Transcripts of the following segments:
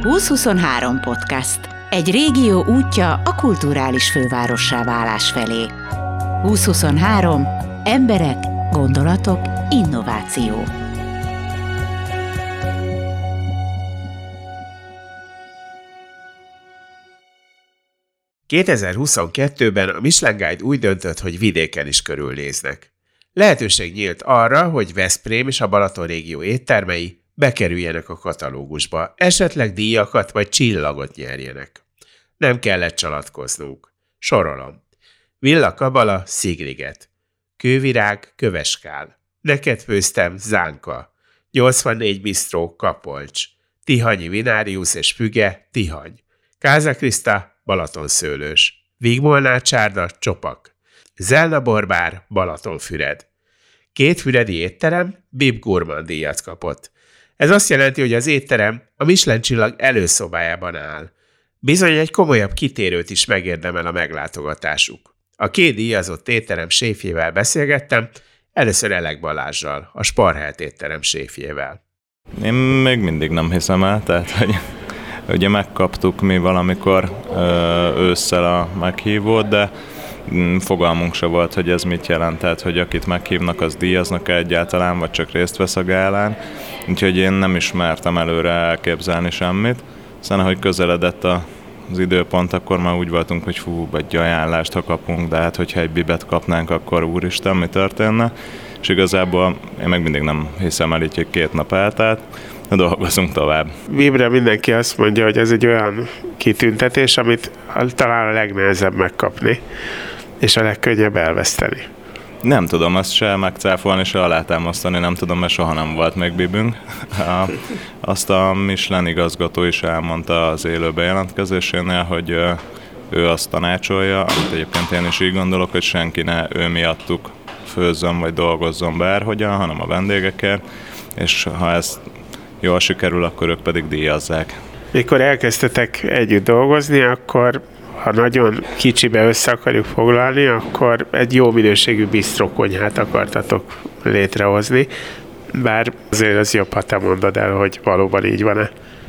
2023 podcast. Egy régió útja a kulturális fővárossá válás felé. 2023. Emberek, gondolatok, innováció. ...2022-ben a Michelin Guide úgy döntött, hogy vidéken is körülnéznek. Lehetőség nyílt arra, hogy Veszprém és a Balaton régió éttermei bekerüljenek a katalógusba, esetleg díjakat vagy csillagot nyerjenek. Nem kellett csalatkoznunk. Sorolom. Villa Kabala, Szigliget. Kővirág, Köveskál. Neked főztem, Zánka. 84 Bistró, Kapolcs. Tihanyi Vinárius és Füge, Tihany. Casa Krista, Balatonszőlős. Vigmolnár csárda, Csopak. Zelna Borbár, Balatonfüred. 2 füredi étterem Bib Gourmand díjat kapott. Ez azt jelenti, hogy az étterem a Michelin csillag előszobájában áll. Bizony egy komolyabb kitérőt is megérdemel a meglátogatásuk. A 2 díjazott étterem séfjével beszélgettem, először Elek Balázssal, a Sparhelt étterem séfjével. Én még mindig nem hiszem el, tehát hogy ugye megkaptuk mi valamikor ősszel a meghívót, de fogalmunk se volt, hogy ez mit jelent, tehát hogy akit meghívnak, az díjaznak egyáltalán, vagy csak részt vesz a gálán, úgyhogy én nem ismertem előre elképzelni semmit. Aztán, ahogy közeledett az időpont, akkor már úgy voltunk, hogy egy ajánlást, ha kapunk, de hát hogyha egy bibet kapnánk, akkor úristen, mi történne? És igazából én meg mindig nem hiszem el így, hogy 2 nap eltelt, de dolgozunk tovább. Bibre mindenki azt mondja, hogy ez egy olyan kitüntetés, amit talán a legnehezebb megkapni, és a legkönnyebb elveszteni. Nem tudom ezt se megcáfolni, se alátámasztani, nem tudom, mert soha nem volt még bibünk. Azt a Michelin igazgató is elmondta az élő bejelentkezésénél, hogy ő azt tanácsolja, amit egyébként én is így gondolok, hogy senki ne ő miattuk főzzön vagy dolgozzon bárhogyan, hanem a vendégekért, és ha ez jól sikerül, akkor ők pedig díjazzák. Mikor elkezdtetek együtt dolgozni, akkor ha nagyon kicsibe össze akarjuk foglalni, akkor egy jó minőségű bisztrókonyhát akartatok létrehozni, bár azért az jobb, ha te mondod el, hogy valóban így van-e.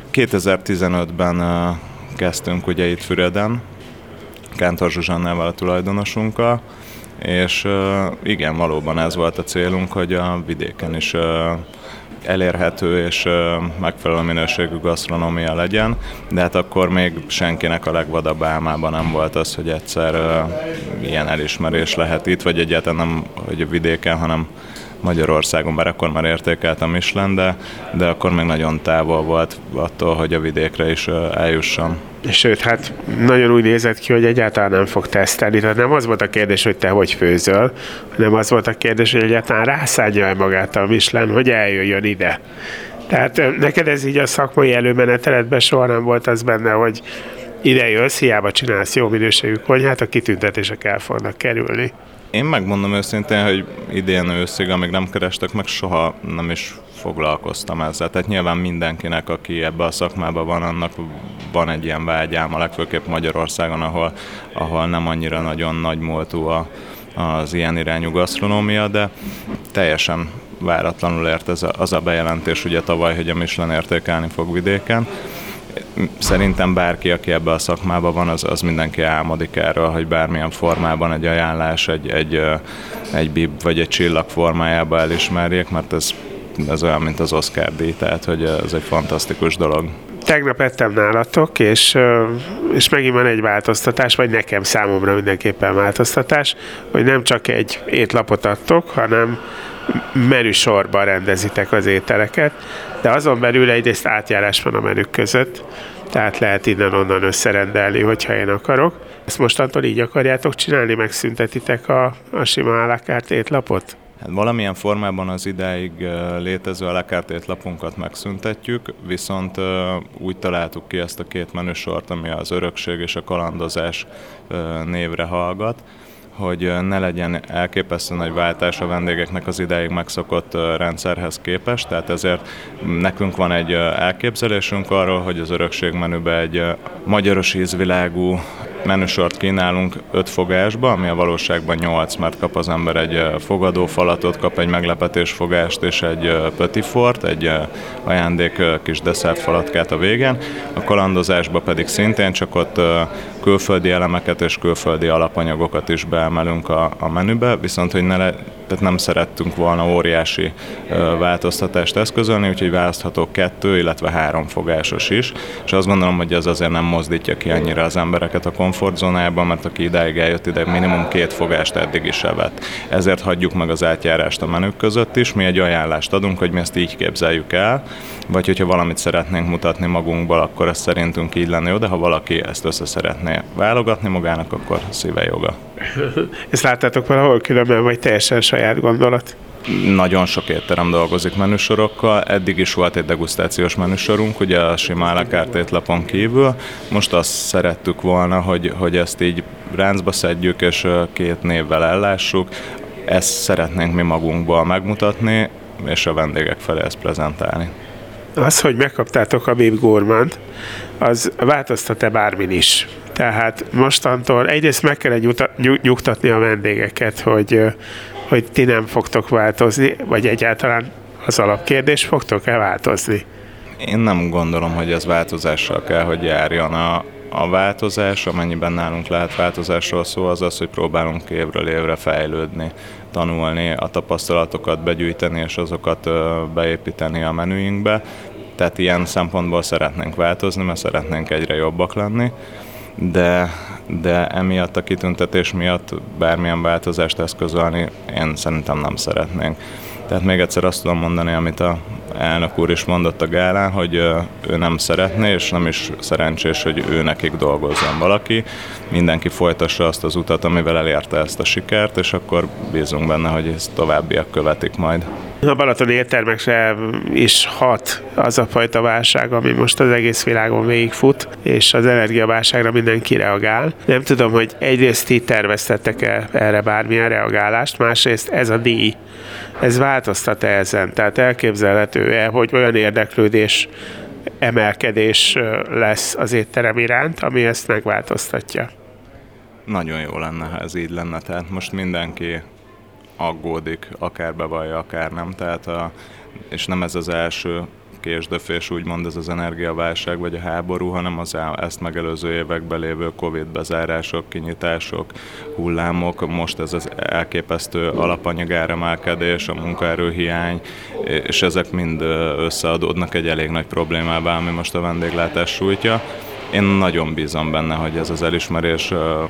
2015-ben kezdtünk ugye itt Füreden, Kántor Zsuzsannával, a tulajdonosunkkal, és igen, valóban ez volt a célunk, hogy a vidéken is elérhető és megfelelő minőségű gasztronómia legyen, de hát akkor még senkinek a legvadabb álmában nem volt az, hogy egyszer ilyen elismerés lehet itt, vagy egyáltalán nem hogy a vidéken, hanem Magyarországon, bár akkor már értékelt a Michelin, de akkor még nagyon távol volt attól, hogy a vidékre is eljusson. Sőt, hát nagyon úgy nézett ki, hogy egyáltalán nem fog tesztelni. Tehát nem az volt a kérdés, hogy te hogy főzöl, hanem az volt a kérdés, hogy egyáltalán rászánja magát a Michelin, hogy eljöjjön ide. Tehát neked ez így a szakmai előmeneteletben soha nem volt az benne, hogy ide jössz, hiába csinálsz jó minőségű konyhát, a kitüntetések el fognak kerülni. Én megmondom őszintén, hogy idén őszig, amíg nem kerestek meg, soha nem is foglalkoztam ezzel. Tehát nyilván mindenkinek, aki ebbe a szakmában van, annak van egy ilyen vágyálma, legfőképp Magyarországon, ahol nem annyira nagyon nagymúltú az ilyen irányú gasztronómia, de teljesen váratlanul ért az a bejelentés ugye tavaly, hogy a Michelin értékelni fog vidéken. Szerintem bárki, aki ebbe a szakmában van, az mindenki álmodik erről, hogy bármilyen formában egy ajánlás, egy bib vagy egy csillag formájában elismerjék, mert ez olyan, mint az Oscar-díj, tehát hogy ez egy fantasztikus dolog. Tegnap ettem nálatok, és megint van egy változtatás, vagy nekem számomra mindenképpen változtatás, hogy nem csak egy étlapot adtok, hanem menüsorban rendezitek az ételeket, de azon belül egyrészt átjárás van a menük között, tehát lehet innen-onnan összerendelni, hogyha én akarok. Ezt mostantól így akarjátok csinálni, megszüntetitek a sima à la carte étlapot? Hát valamilyen formában az idáig létező à la carte étlapunkat megszüntetjük, viszont úgy találtuk ki ezt a 2 menüsort, ami az örökség és a kalandozás névre hallgat, hogy ne legyen elképesztő nagy váltás a vendégeknek az idáig megszokott rendszerhez képest, tehát ezért nekünk van egy elképzelésünk arról, hogy az örökség menübe egy magyaros ízvilágú menüsort kínálunk 5 fogásba, ami a valóságban 8, mert kap az ember egy fogadófalatot, kap egy meglepetésfogást és egy petit fort, egy ajándék kis desszertfalatkát a végén. A kalandozásba pedig szintén csak ott külföldi elemeket és külföldi alapanyagokat is beemelünk a menübe, viszont hogy tehát nem szerettünk volna óriási változtatást eszközölni, úgyhogy választhatok 2, illetve 3 fogásos is, és azt gondolom, hogy ez azért nem mozdítja ki annyira az embereket a komfortzónájában, mert aki idáig eljött ide, minimum 2 fogást eddig is evett. Ezért hagyjuk meg az átjárást a menük között is, mi egy ajánlást adunk, hogy mi ezt így képzeljük el, vagy hogyha valamit szeretnénk mutatni magunkból, akkor ez szerintünk így lenne jó, de ha valaki ezt össze szeretné válogatni magának, akkor szíve joga. Ezt láttátok valahol különben, vagy teljesen saját gondolat? Nagyon sok étterem dolgozik menüsorokkal, eddig is volt egy degustációs menüsorunk, ugye a sima à la carte étlapon kívül. Most azt szerettük volna, hogy ezt így ráncba szedjük, és 2 névvel ellássuk. Ezt szeretnénk mi magunkból megmutatni, és a vendégek felé ezt prezentálni. Az, hogy megkaptátok a Bib Gourmand, az változtat-e bármin is? Tehát mostantól egyrészt meg kell nyugtatni a vendégeket, hogy ti nem fogtok változni, vagy egyáltalán az alapkérdés, fogtok-e változni? Én nem gondolom, hogy ez változással kell, hogy járjon. A változás, amennyiben nálunk lehet változásról szó, az az, hogy próbálunk évről évre fejlődni, tanulni, a tapasztalatokat begyűjteni, és azokat beépíteni a menüinkbe. Tehát ilyen szempontból szeretnénk változni, mert szeretnénk egyre jobbak lenni, de emiatt a kitüntetés miatt bármilyen változást eszközölni én szerintem nem szeretnénk. Tehát még egyszer azt tudom mondani, amit a elnök úr is mondott a gálán, hogy ő nem szeretné, és nem is szerencsés, hogy ő nekik dolgozzon valaki. Mindenki folytassa azt az utat, amivel elérte ezt a sikert, és akkor bízunk benne, hogy ezt továbbiak követik majd. A balatoni éttermekre is hat az a fajta válság, ami most az egész világon végigfut, és az energiaválságra mindenki reagál. Nem tudom, hogy egyrészt ti terveztettek-e erre bármilyen reagálást, másrészt ez a díj, ez változtat-e ezen? Tehát elképzelhető-e, hogy olyan érdeklődés, emelkedés lesz az étterem iránt, ami ezt megváltoztatja? Nagyon jó lenne, ha ez így lenne. Tehát most mindenki aggódik, akár bevallja, akár nem. Tehát és nem ez az első késdöfés, úgymond ez az energiaválság vagy a háború, hanem az ezt megelőző években lévő Covid bezárások, kinyitások, hullámok, most ez az elképesztő alapanyagáremelkedés, a munkaerőhiány, és ezek mind összeadódnak egy elég nagy problémává, ami most a vendéglátás sújtja. Én nagyon bízom benne, hogy ez az elismerés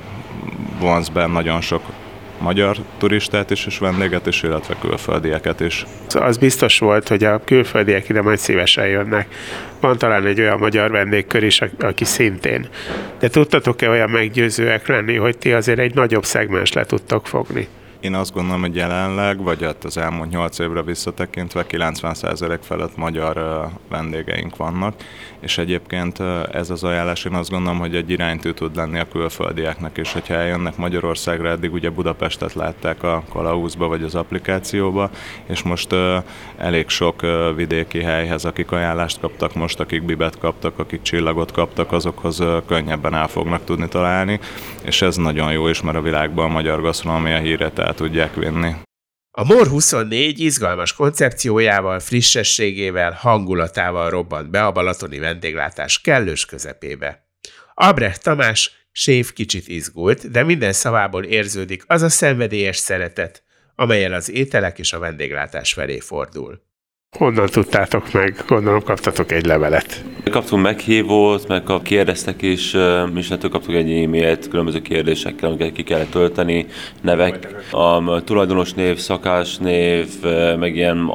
vonz be nagyon sok magyar turistát is, és vendéget is, illetve külföldieket is. Az biztos volt, hogy a külföldiek ide majd szívesen jönnek. Van talán egy olyan magyar vendégkör is, aki szintén. De tudtatok-e olyan meggyőzőek lenni, hogy ti azért egy nagyobb szegmens le tudtok fogni? Én azt gondolom, hogy jelenleg, vagy az elmúlt 8 évre visszatekintve 90% felett magyar vendégeink vannak, és egyébként ez az ajánlás, én azt gondolom, hogy egy iránytű tud lenni a külföldieknek is, hogyha eljönnek Magyarországra, eddig ugye Budapestet látták a kalauzba vagy az applikációba, és most elég sok vidéki helyhez, akik ajánlást kaptak most, akik bibet kaptak, akik csillagot kaptak, azokhoz könnyebben el fognak tudni találni, és ez nagyon jó is, mert a világban a magyar gasztronómia hírét el tudják vinni. A MOR 24 izgalmas koncepciójával, frissességével, hangulatával robbant be a balatoni vendéglátás kellős közepébe. Albrecht Tamás séf kicsit izgult, de minden szavából érződik az a szenvedélyes szeretet, amellyel az ételek és a vendéglátás felé fordul. Honnan tudtátok meg? Gondolom kaptatok egy levelet. Kaptunk meghívót, kérdeztek is, és ettől kaptuk egy e-mailt különböző kérdésekkel, amiket ki kellett tölteni, nevek, a tulajdonos név, szakás név, meg ilyen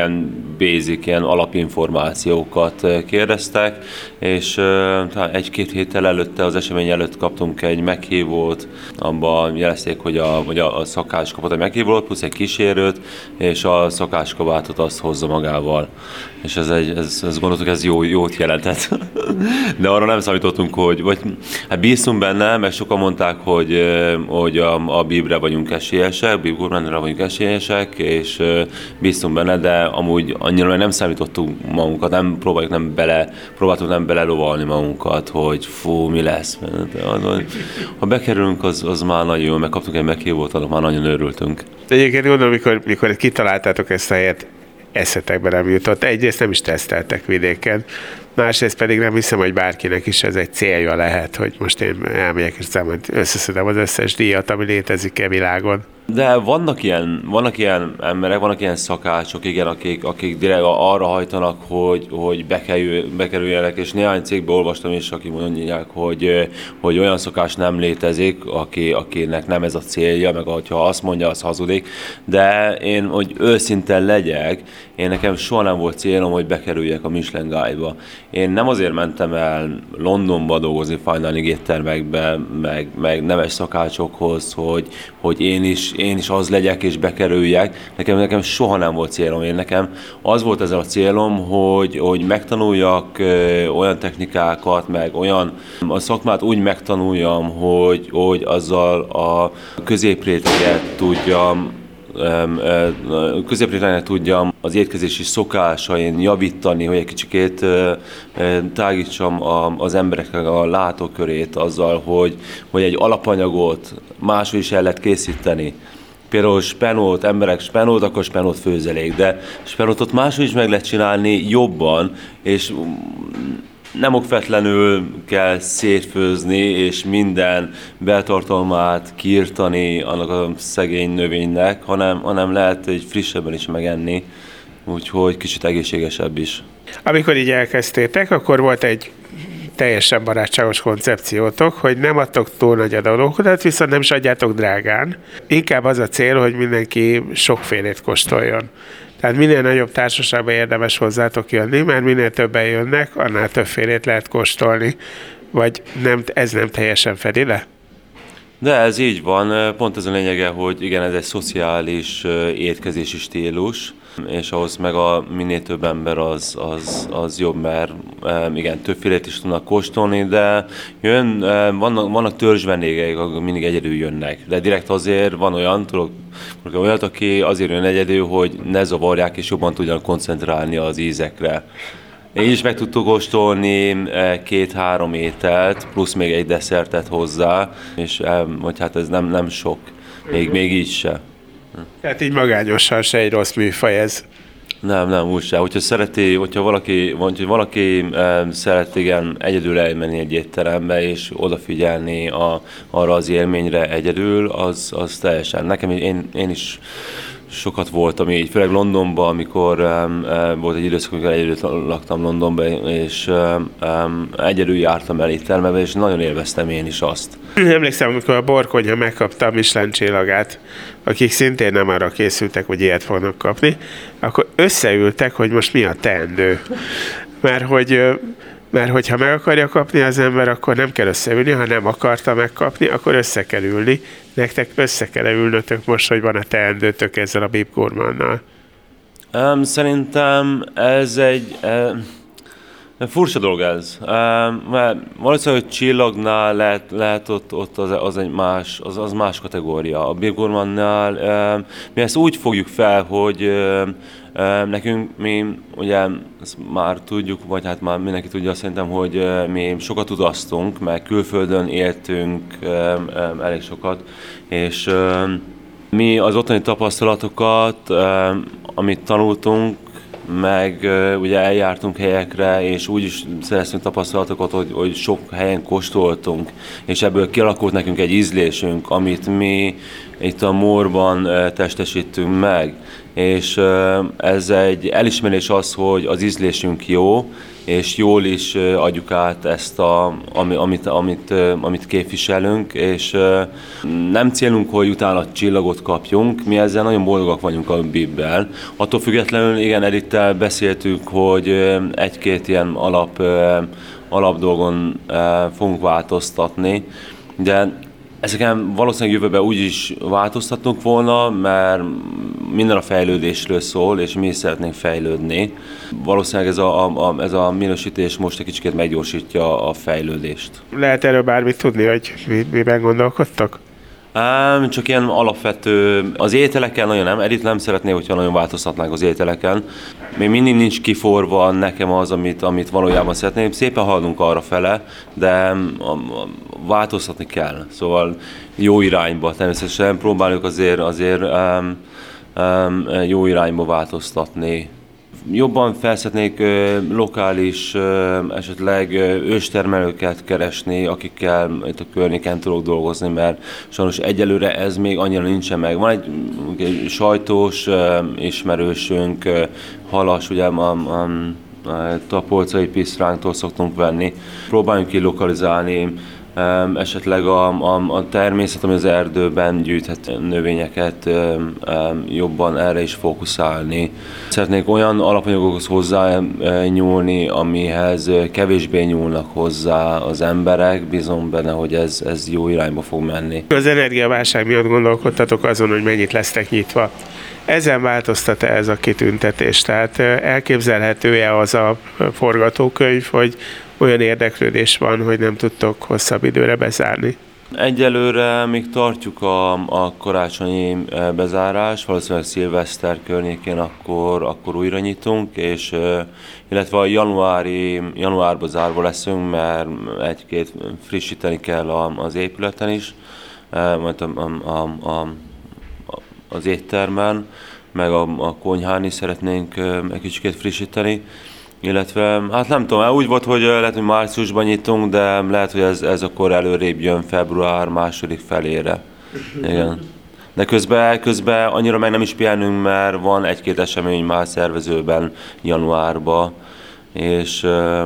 basic, ilyen alapinformációkat kérdeztek, és talán 1-2 héttel előtte, az esemény előtt kaptunk egy meghívót, abban jelezték, hogy a szakás kapott egy meghívót, plusz egy kísérőt, és a szakás kabátot azt hozza magát magával. És ez gondoltuk, ez jót jelentett. De arra nem számítottunk, hát bíztunk benne, mert sokan mondták, hogy a BIB-re vagyunk esélyesek, BIB Gurmanra vagyunk esélyesek, és bíztunk benne, de amúgy annyira nem számítottunk magunkat, próbáltuk nem belelovalni magunkat, hogy fú, mi lesz. Ha bekerülünk, az már nagyon jó, meg kaptunk egy meghívót, annak már nagyon örültünk. De egyébként gondolom, mikor kitaláltátok ezt a helyet, eszetekbe nem jutott. Egyrészt nem is teszteltek vidéken, másrészt pedig nem hiszem, hogy bárkinek is ez egy célja lehet, hogy most én elmegyek és összeszedem az összes díjat, ami létezik világon. De vannak ilyen emberek, vannak ilyen szakácsok, igen, akik direkt arra hajtanak, hogy bekerüljenek, és néhány cégben olvastam is, akik mondják, hogy olyan szakás nem létezik, akinek nem ez a célja, meg ha azt mondja, az hazudik. De én, hogy őszinte legyek, nekem soha nem volt célom, hogy bekerüljek a Michelin Guide-ba. Én nem azért mentem el Londonba dolgozni fine dining éttermekbe, meg neves szakácsokhoz, hogy én is az legyek és bekerüljek. Nekem soha nem volt célom. Nekem az volt ezzel a célom, hogy megtanuljak olyan technikákat, meg olyan a szakmát úgy megtanuljam, hogy azzal a középréteget tudjam az étkezési szokásain javítani, hogy egy kicsikét tágítsam az embereknek a látókörét azzal, hogy egy alapanyagot máshogy is el lehet készíteni. Például spenót, emberek spenót, akkor spenót főzelék, de spenótot máshogy is meg lehet csinálni jobban, és nem okvetlenül kell szétfőzni, és minden beltartalmát kiirtani annak a szegény növénynek, hanem lehet egy frissebben is megenni, úgyhogy kicsit egészségesebb is. Amikor így elkezdtétek, akkor volt egy teljesen barátságos koncepciótok, hogy nem adtok túl nagy adókat, viszont nem is adjátok drágán. Inkább az a cél, hogy mindenki sokfélét kóstoljon. Tehát minél nagyobb társaságban érdemes hozzátok jönni, mert minél többen jönnek, annál többfélét lehet kóstolni. Vagy ez nem teljesen fedi le? De ez így van, pont ez a lényege, hogy igen, ez egy szociális étkezési stílus, és ahhoz meg minél több ember az jobb, mert igen, többfélét is tudnak kóstolni, de vannak törzs vendégeik, akik mindig egyedül jönnek. De direkt azért van olyat, aki azért jön egyedül, hogy ne zavarják és jobban tudjanak koncentrálni az ízekre. Így is meg tudtuk kóstolni 2-3 ételt, plusz még egy desszertet hozzá, és vagy hát ez nem sok, még így se. Tehát így magányosan se egy rossz műfaj ez. Nem, úgy se. Hogyha valaki szeret igen, egyedül elmenni egy étterembe, és odafigyelni arra az élményre egyedül, az teljesen. Nekem én is sokat voltam így, főleg Londonban, amikor volt egy időszak, amikor egyedül laktam Londonban, és egyedül jártam el éttermebe, és nagyon élveztem én is azt. Emlékszem, amikor a Borkonyha megkapta a Michelin csillagát, akik szintén nem arra készültek, hogy ilyet fognak kapni, akkor összeültek, hogy most mi a teendő. Mert hogyha meg akarja kapni az ember, akkor nem kell összeülni, ha nem akarta megkapni, akkor össze kell ülni. Nektek össze kell ülnötök most, hogy van a teendőtök ezzel a BIB Gurmannal. Szerintem ez egy furcsa dolog ez. Mert valószínűleg, hogy csillagnál lehet ott az más kategória. A BIB Gurmannál mi ezt úgy fogjuk fel, hogy nekünk mi ugye ezt már tudjuk, vagy hát már mindenki tudja szerintem, hogy mi sokat utaztunk, meg külföldön éltünk elég sokat, és mi az ottani tapasztalatokat, amit tanultunk, meg ugye eljártunk helyekre, és úgy is szereztünk tapasztalatokat, hogy sok helyen kóstoltunk, és ebből kialakult nekünk egy ízlésünk, amit mi itt a Moorban testesítünk meg. És ez egy elismerés az, hogy az ízlésünk jó, és jól is adjuk át ezt, amit képviselünk, és nem célunk, hogy utána csillagot kapjunk, mi ezzel nagyon boldogak vagyunk a BIB-bel. Attól függetlenül, igen, Edittel beszéltük, hogy egy-két ilyen alap dolgon fogunk változtatni, de ezeken valószínűleg jövőben úgy is változtatnunk volna, mert minden a fejlődésről szól, és mi is szeretnénk fejlődni. Valószínűleg ez a minősítés most egy kicsit meggyorsítja a fejlődést. Lehet erről bármit tudni, hogy miben gondolkodtak? Csak ilyen alapvető, az ételeken nagyon nem, Edith nem szeretné, hogyha nagyon változtatnánk az ételeken. Még mindig nincs kiforva nekem az, amit valójában szeretném. Szépen haladunk arra fele, de változtatni kell. Szóval jó irányba természetesen próbáljuk azért jó irányba változtatni. Jobban felszeretnék lokális, esetleg őstermelőket keresni, akikkel itt a környéken tudok dolgozni, mert sajnos egyelőre ez még annyira nincsen meg. Van egy sajtós ismerősünk, halas, ugye a tapolcai pisztránktól szoktunk venni. Próbáljunk ki lokalizálni, esetleg a természet, ami az erdőben gyűjthet növényeket, jobban erre is fókuszálni. Szeretnék olyan alapanyagokhoz hozzá nyúlni, amihez kevésbé nyúlnak hozzá az emberek. Bízom benne, hogy ez jó irányba fog menni. Az energiaválság miatt gondolkodtatok azon, hogy mennyit lesztek nyitva. Ezen változtat-e ez a kitüntetés? Tehát elképzelhető-e az a forgatókönyv, hogy olyan érdeklődés van, hogy nem tudtok hosszabb időre bezárni? Egyelőre még tartjuk a karácsonyi bezárást, valószínűleg szilveszter környékén akkor újra nyitunk, és illetve a januárba zárva leszünk, mert egy-két frissíteni kell az épületen is, majd az éttermen, meg a konyhán is szeretnénk egy kicsit frissíteni. Illetve, hát nem tudom, úgy volt, hogy lehet, hogy márciusban nyitunk, de lehet, hogy ez akkor előrébb jön február második felére. Igen. De közben annyira meg nem is pihenünk, mert van egy-két esemény már szervezőben januárban, és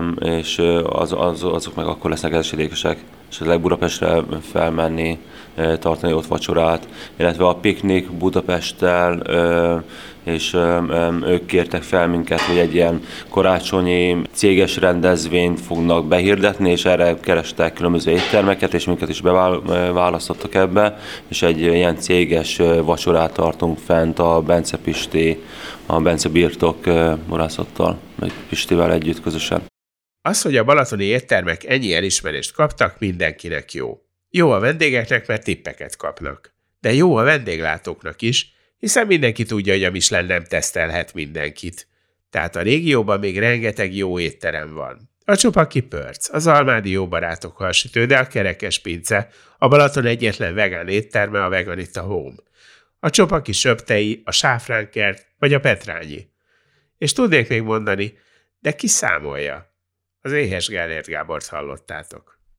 azok meg akkor lesznek esedékesek. Esetleg Budapestre felmenni, tartani ott vacsorát, illetve a piknik Budapesttel, és ők kértek fel minket, hogy egy ilyen karácsonyi céges rendezvényt fognak behirdetni, és erre kerestek különböző éttermeket, és minket is beválasztottak ebbe, és egy ilyen céges vacsorát tartunk fent a Bence Pisti, a Bence Birtok borászattal, meg Pistivel együtt közösen. Az, hogy a balatoni éttermek ennyi elismerést kaptak, mindenkinek jó. Jó a vendégeknek, mert tippeket kapnak. De jó a vendéglátóknak is, hiszen mindenki tudja, hogy a Michelin nem tesztelhet mindenkit. Tehát a régióban még rengeteg jó étterem van. A Csopaki Pörc, az Almádi Jó Barátok Halsütő, de a Kerekes Pince, a Balaton egyetlen vegán étterme, a Veganita Home. A Csopaki Söptei, a Sáfránkert vagy a Petrányi. És tudnék még mondani, de ki számolja? Az éhes Gellért Gábort hallottátok.